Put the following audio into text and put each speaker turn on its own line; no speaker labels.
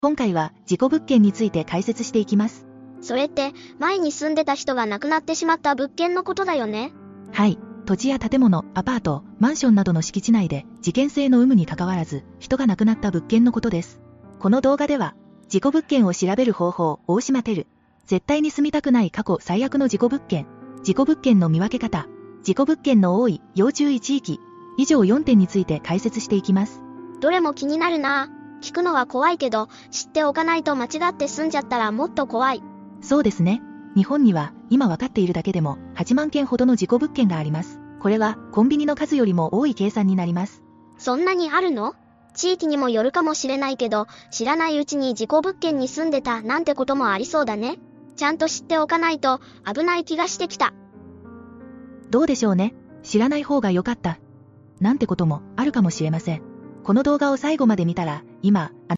今回は事故物件について解説していきます。
それって、前に住んでた人が亡くなってしまった物件のことだよね。
はい。土地や建物、アパート、マンションなどの敷地内で事件性の有無に関わらず人が亡くなった物件のことです。この動画では事故物件を調べる方法、大島てる、絶対に住みたくない過去最悪の事故物件、事故物件の見分け方、事故物件の多い要注意地域、以上4点について解説していきます。
どれも気になるな。聞くのは怖いけど、知っておかないと間違って住んじゃったらもっと怖い。
そうですね。日本には今分かっているだけでも8万件ほどの事故物件があります。これはコンビニの数よりも多い計算になります。
そんなにあるの？地域にもよるかもしれないけど、知らないうちに事故物件に住んでたなんてこともありそうだね。ちゃんと知っておかないと危ない気がしてきた。
どうでしょうね。知らない方が良かった。なんてこともあるかもしれません。この動画を最後まで見たら、今、あ